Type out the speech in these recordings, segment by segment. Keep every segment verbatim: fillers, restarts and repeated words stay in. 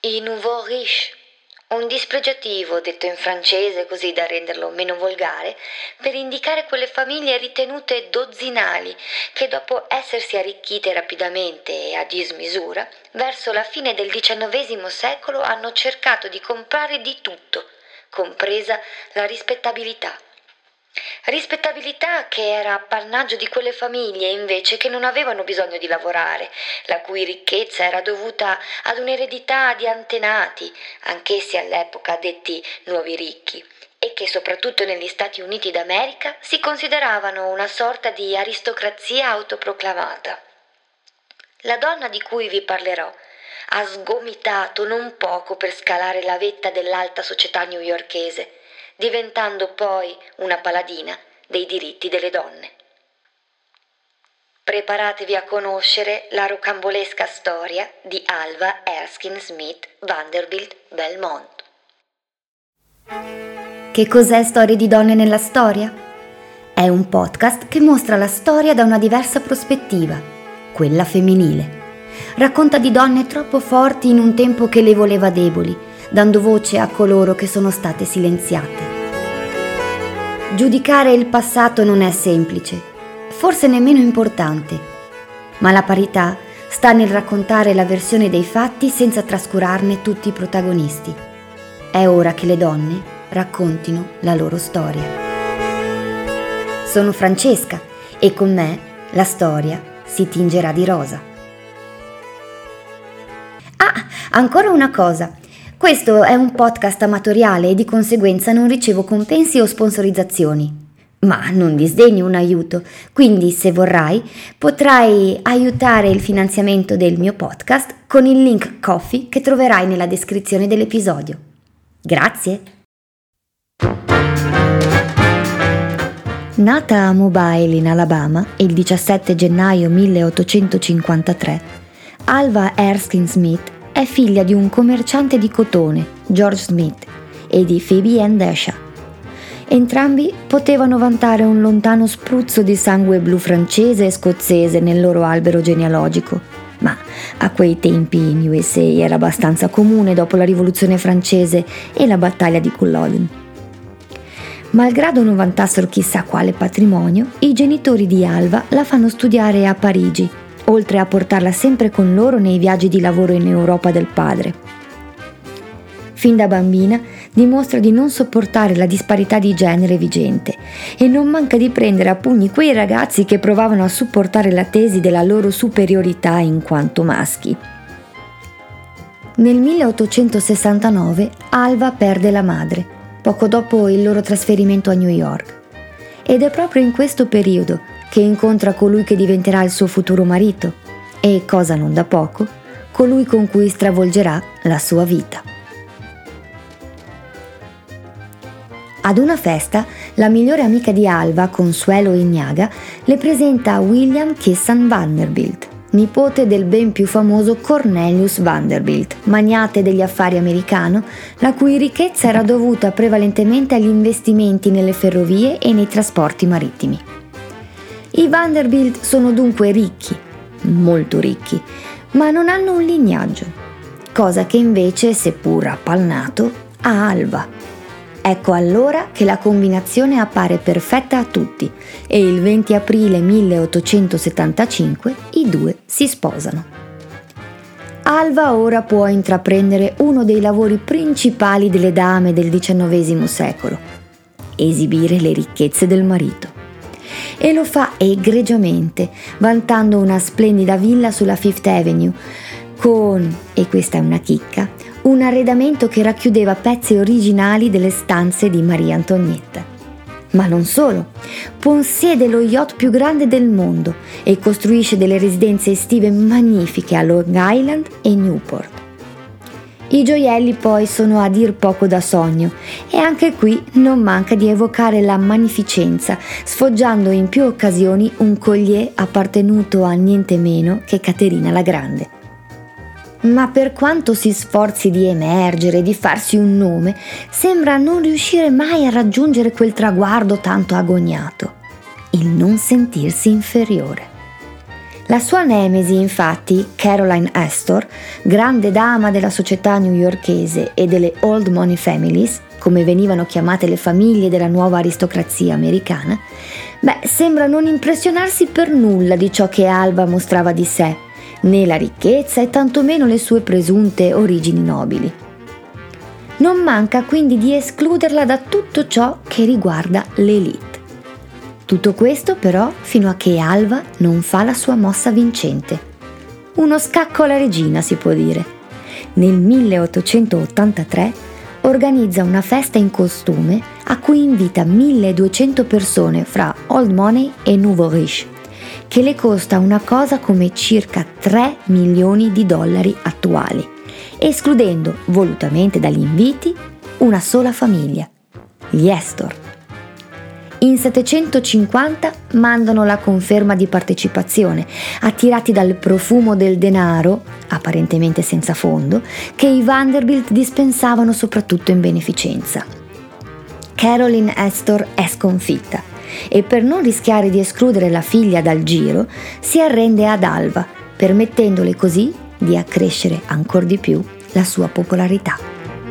I nouveaux riches, un dispregiativo detto in francese così da renderlo meno volgare, per indicare quelle famiglie ritenute dozzinali che dopo essersi arricchite rapidamente e a dismisura, verso la fine del diciannovesimo secolo hanno cercato di comprare di tutto, compresa la rispettabilità. Rispettabilità che era appannaggio di quelle famiglie invece che non avevano bisogno di lavorare, la cui ricchezza era dovuta ad un'eredità di antenati, anch'essi all'epoca detti nuovi ricchi, e che soprattutto negli Stati Uniti d'America si consideravano una sorta di aristocrazia autoproclamata. La donna di cui vi parlerò ha sgomitato non poco per scalare la vetta dell'alta società newyorkese, diventando poi una paladina dei diritti delle donne. Preparatevi a conoscere la rocambolesca storia di Alva Erskine Smith Vanderbilt Belmont. Che cos'è Storie di donne nella storia? È un podcast che mostra la storia da una diversa prospettiva, quella femminile. Racconta di donne troppo forti in un tempo che le voleva deboli, dando voce a coloro che sono state silenziate. Giudicare il passato non è semplice, forse nemmeno importante, ma la parità sta nel raccontare la versione dei fatti senza trascurarne tutti i protagonisti. È ora che le donne raccontino la loro storia. Sono Francesca e con me la storia si tingerà di rosa. Ah, ancora una cosa. Questo è un podcast amatoriale e di conseguenza non ricevo compensi o sponsorizzazioni. Ma non disdegni un aiuto, quindi se vorrai potrai aiutare il finanziamento del mio podcast con il link Ko-fi che troverai nella descrizione dell'episodio. Grazie! Nata a Mobile in Alabama il diciassette gennaio milleottocentocinquantatré, Alva Erskine Smith è figlia di un commerciante di cotone, George Smith, e di Phoebe Ann Dasha. Entrambi potevano vantare un lontano spruzzo di sangue blu francese e scozzese nel loro albero genealogico, ma a quei tempi in U S A era abbastanza comune dopo la rivoluzione francese e la battaglia di Culloden. Malgrado non vantassero chissà quale patrimonio, i genitori di Alva la fanno studiare a Parigi, oltre a portarla sempre con loro nei viaggi di lavoro in Europa del padre. Fin da bambina dimostra di non sopportare la disparità di genere vigente e non manca di prendere a pugni quei ragazzi che provavano a supportare la tesi della loro superiorità in quanto maschi. Nel milleottocentosessantanove Alva perde la madre, poco dopo il loro trasferimento a New York. Ed è proprio in questo periodo che incontra colui che diventerà il suo futuro marito e, cosa non da poco, colui con cui stravolgerà la sua vita. Ad una festa, la migliore amica di Alva, Consuelo Ignaga, le presenta William Kissan Vanderbilt, nipote del ben più famoso Cornelius Vanderbilt, magnate degli affari americano, la cui ricchezza era dovuta prevalentemente agli investimenti nelle ferrovie e nei trasporti marittimi. I Vanderbilt sono dunque ricchi, molto ricchi, ma non hanno un lignaggio, cosa che invece, seppur appalnato, ha Alva. Ecco allora che la combinazione appare perfetta a tutti e il venti aprile milleottocentosettantacinque i due si sposano. Alva ora può intraprendere uno dei lavori principali delle dame del diciannovesimo secolo: esibire le ricchezze del marito. E lo fa egregiamente, vantando una splendida villa sulla Fifth Avenue con, e questa è una chicca, un arredamento che racchiudeva pezzi originali delle stanze di Maria Antonietta. Ma non solo, possiede lo yacht più grande del mondo e costruisce delle residenze estive magnifiche a Long Island e Newport. I gioielli poi sono a dir poco da sogno e anche qui non manca di evocare la magnificenza, sfoggiando in più occasioni un collier appartenuto a niente meno che Caterina la Grande. Ma per quanto si sforzi di emergere, di farsi un nome, sembra non riuscire mai a raggiungere quel traguardo tanto agognato, il non sentirsi inferiore. La sua nemesi, infatti, Caroline Astor, grande dama della società newyorkese e delle old money families, come venivano chiamate le famiglie della nuova aristocrazia americana, beh, sembra non impressionarsi per nulla di ciò che Alva mostrava di sé, né la ricchezza e tantomeno le sue presunte origini nobili. Non manca quindi di escluderla da tutto ciò che riguarda l'élite. Tutto questo però fino a che Alva non fa la sua mossa vincente. Uno scacco alla regina, si può dire. Nel milleottocentottantatré organizza una festa in costume a cui invita milleduecento persone fra Old Money e Nouveau Riche, che le costa una cosa come circa tre milioni di dollari attuali, escludendo volutamente dagli inviti una sola famiglia, gli Astor. In settecentocinquanta mandano la conferma di partecipazione, attirati dal profumo del denaro, apparentemente senza fondo, che i Vanderbilt dispensavano soprattutto in beneficenza. Caroline Astor è sconfitta e per non rischiare di escludere la figlia dal giro si arrende ad Alva, permettendole così di accrescere ancor di più la sua popolarità.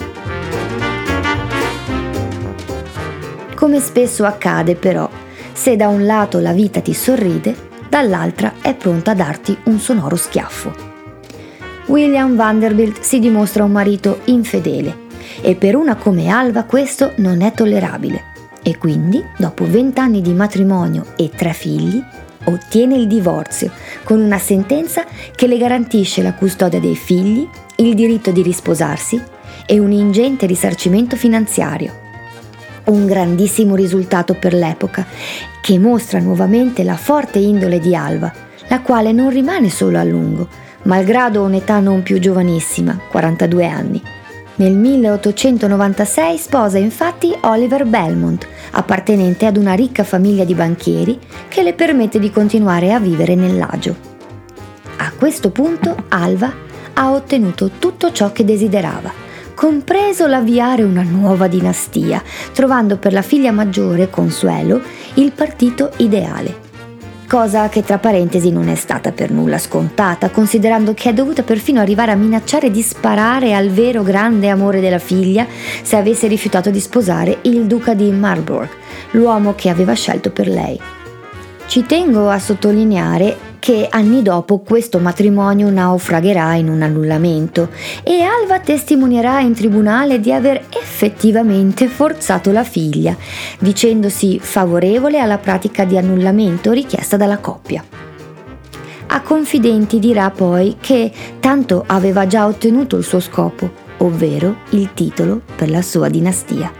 Come spesso accade però, se da un lato la vita ti sorride, dall'altra è pronta a darti un sonoro schiaffo. William Vanderbilt si dimostra un marito infedele e per una come Alva questo non è tollerabile e quindi, dopo vent'anni di matrimonio e tre figli, ottiene il divorzio con una sentenza che le garantisce la custodia dei figli, il diritto di risposarsi e un ingente risarcimento finanziario. Un grandissimo risultato per l'epoca, che mostra nuovamente la forte indole di Alva, la quale non rimane solo a lungo, malgrado un'età non più giovanissima, quarantadue anni. Nel milleottocentonovantasei sposa infatti Oliver Belmont, appartenente ad una ricca famiglia di banchieri che le permette di continuare a vivere nell'agio. A questo punto Alva ha ottenuto tutto ciò che desiderava, compreso l'avviare una nuova dinastia, trovando per la figlia maggiore, Consuelo, il partito ideale. Cosa che tra parentesi non è stata per nulla scontata, considerando che è dovuta perfino arrivare a minacciare di sparare al vero grande amore della figlia se avesse rifiutato di sposare il duca di Marlborough, l'uomo che aveva scelto per lei. Ci tengo a sottolineare che anni dopo questo matrimonio naufragherà in un annullamento e Alva testimonierà in tribunale di aver effettivamente forzato la figlia, dicendosi favorevole alla pratica di annullamento richiesta dalla coppia. A confidenti dirà poi che tanto aveva già ottenuto il suo scopo, ovvero il titolo per la sua dinastia.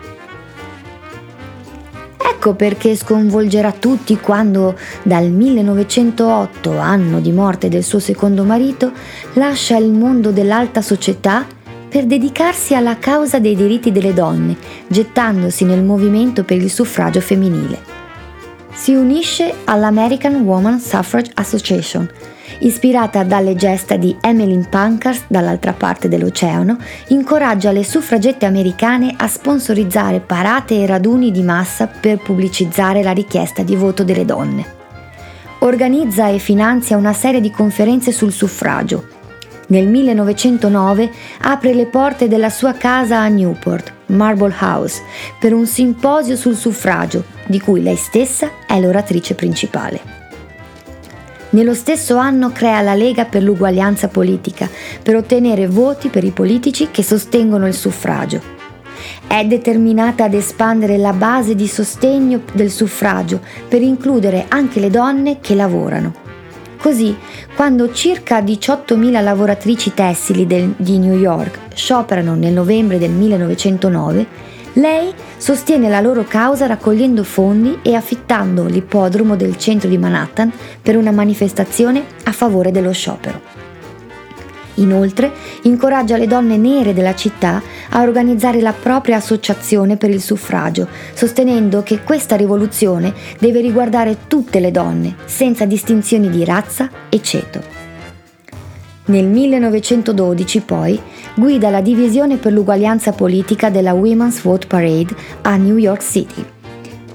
Ecco perché sconvolgerà tutti quando, dal millenovecentootto, anno di morte del suo secondo marito, lascia il mondo dell'alta società per dedicarsi alla causa dei diritti delle donne, gettandosi nel movimento per il suffragio femminile. Si unisce all'American Woman Suffrage Association, ispirata dalle gesta di Emmeline Pankhurst dall'altra parte dell'oceano, incoraggia le suffragette americane a sponsorizzare parate e raduni di massa per pubblicizzare la richiesta di voto delle donne. Organizza e finanzia una serie di conferenze sul suffragio. Nel millenovecentonove apre le porte della sua casa a Newport, Marble House, per un simposio sul suffragio, di cui lei stessa è l'oratrice principale. Nello stesso anno crea la Lega per l'uguaglianza politica, per ottenere voti per i politici che sostengono il suffragio. È determinata ad espandere la base di sostegno del suffragio per includere anche le donne che lavorano. Così, quando circa diciottomila lavoratrici tessili del, di New York scioperano nel novembre del millenovecentonove, lei sostiene la loro causa raccogliendo fondi e affittando l'ippodromo del centro di Manhattan per una manifestazione a favore dello sciopero. Inoltre, incoraggia le donne nere della città a organizzare la propria associazione per il suffragio, sostenendo che questa rivoluzione deve riguardare tutte le donne, senza distinzioni di razza e ceto. Nel millenovecentododici, poi, guida la divisione per l'uguaglianza politica della Women's Vote Parade a New York City.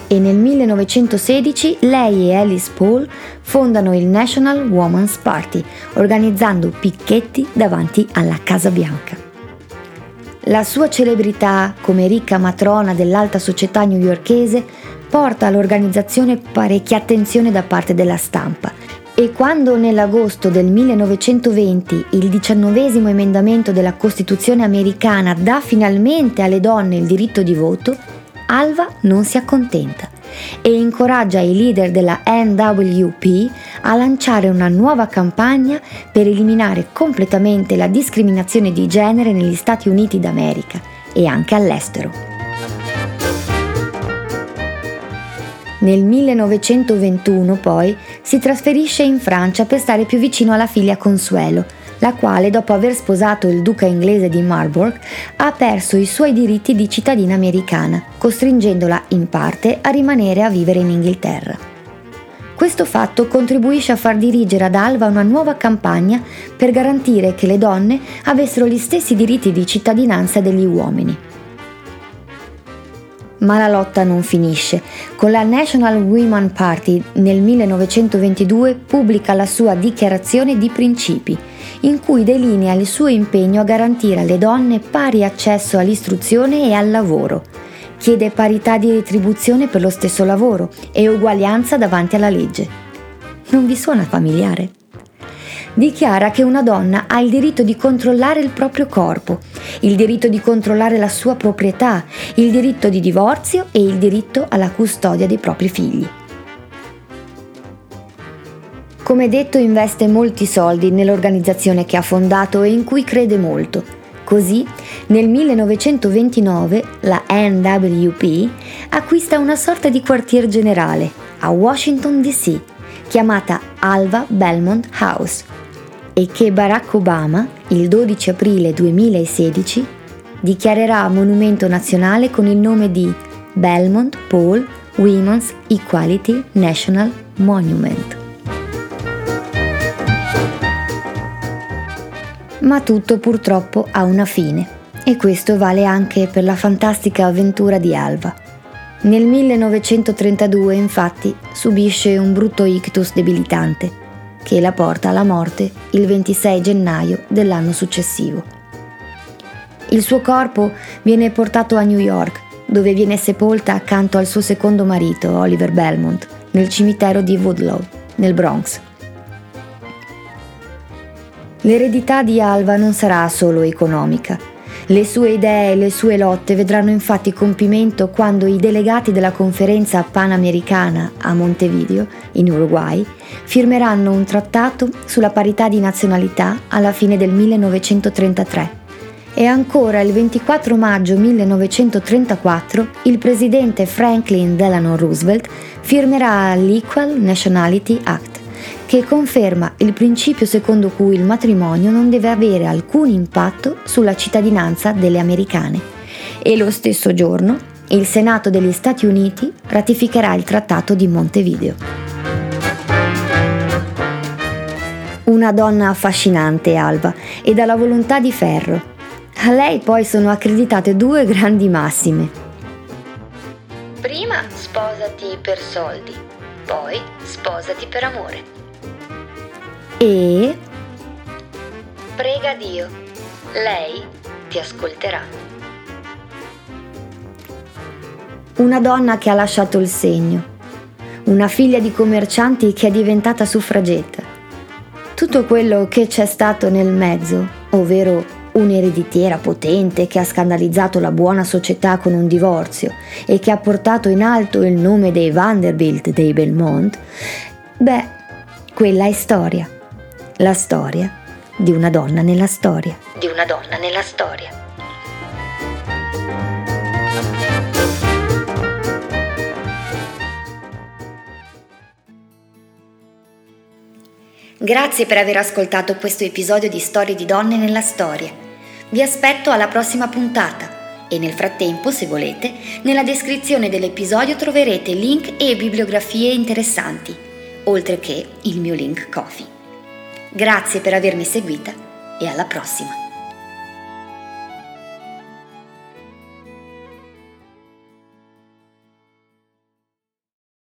e nel millenovecentosedici lei e Alice Paul fondano il National Women's Party, organizzando picchetti davanti alla Casa Bianca. La sua celebrità come ricca matrona dell'alta società newyorkese porta all'organizzazione parecchia attenzione da parte della stampa, e quando nell'agosto del millenovecentoventi il diciannovesimo emendamento della Costituzione americana dà finalmente alle donne il diritto di voto, Alva non si accontenta e incoraggia i leader della N W P a lanciare una nuova campagna per eliminare completamente la discriminazione di genere negli Stati Uniti d'America e anche all'estero. Nel millenovecentoventuno poi si trasferisce in Francia per stare più vicino alla figlia Consuelo, la quale, dopo aver sposato il duca inglese di Marlborough, ha perso i suoi diritti di cittadina americana, costringendola in parte a rimanere a vivere in Inghilterra. Questo fatto contribuisce a far dirigere ad Alva una nuova campagna per garantire che le donne avessero gli stessi diritti di cittadinanza degli uomini. Ma la lotta non finisce. Con la National Women's Party nel millenovecentoventidue pubblica la sua dichiarazione di principi, in cui delinea il suo impegno a garantire alle donne pari accesso all'istruzione e al lavoro. Chiede parità di retribuzione per lo stesso lavoro e uguaglianza davanti alla legge. Non vi suona familiare? Dichiara che una donna ha il diritto di controllare il proprio corpo, il diritto di controllare la sua proprietà, il diritto di divorzio e il diritto alla custodia dei propri figli. Come detto, investe molti soldi nell'organizzazione che ha fondato e in cui crede molto. Così, nel millenovecentoventinove, la N W P acquista una sorta di quartier generale a Washington D C, chiamata Alva Belmont House, e che Barack Obama, il dodici aprile duemilasedici, dichiarerà monumento nazionale con il nome di Belmont Paul Women's Equality National Monument. Ma tutto purtroppo ha una fine, e questo vale anche per la fantastica avventura di Alva. Nel millenovecentotrentadue, infatti, subisce un brutto ictus debilitante, che la porta alla morte il ventisei gennaio dell'anno successivo. Il suo corpo viene portato a New York, dove viene sepolta accanto al suo secondo marito, Oliver Belmont, nel cimitero di Woodlawn, nel Bronx. L'eredità di Alva non sarà solo economica. Le sue idee e le sue lotte vedranno infatti compimento quando i delegati della conferenza panamericana a Montevideo, in Uruguay, firmeranno un trattato sulla parità di nazionalità alla fine del millenovecentotrentatré. E ancora il ventiquattro maggio millenovecentotrentaquattro il presidente Franklin Delano Roosevelt firmerà l'Equal Nationality Act, che conferma il principio secondo cui il matrimonio non deve avere alcun impatto sulla cittadinanza delle americane. E lo stesso giorno il Senato degli Stati Uniti ratificherà il Trattato di Montevideo. Una donna affascinante, Alva, e dalla volontà di ferro. A lei poi sono accreditate due grandi massime. Prima sposati per soldi, poi sposati per amore. E prega Dio, lei ti ascolterà. Una donna che ha lasciato il segno, una figlia di commercianti che è diventata suffragetta. Tutto quello che c'è stato nel mezzo, ovvero un'ereditiera potente che ha scandalizzato la buona società con un divorzio e che ha portato in alto il nome dei Vanderbilt, dei Belmont, beh, quella è storia. La storia di una donna nella storia. Di una donna nella storia. Grazie per aver ascoltato questo episodio di Storie di donne nella storia. Vi aspetto alla prossima puntata e nel frattempo, se volete, nella descrizione dell'episodio troverete link e bibliografie interessanti, oltre che il mio link Ko-fi. Grazie per avermi seguita e alla prossima!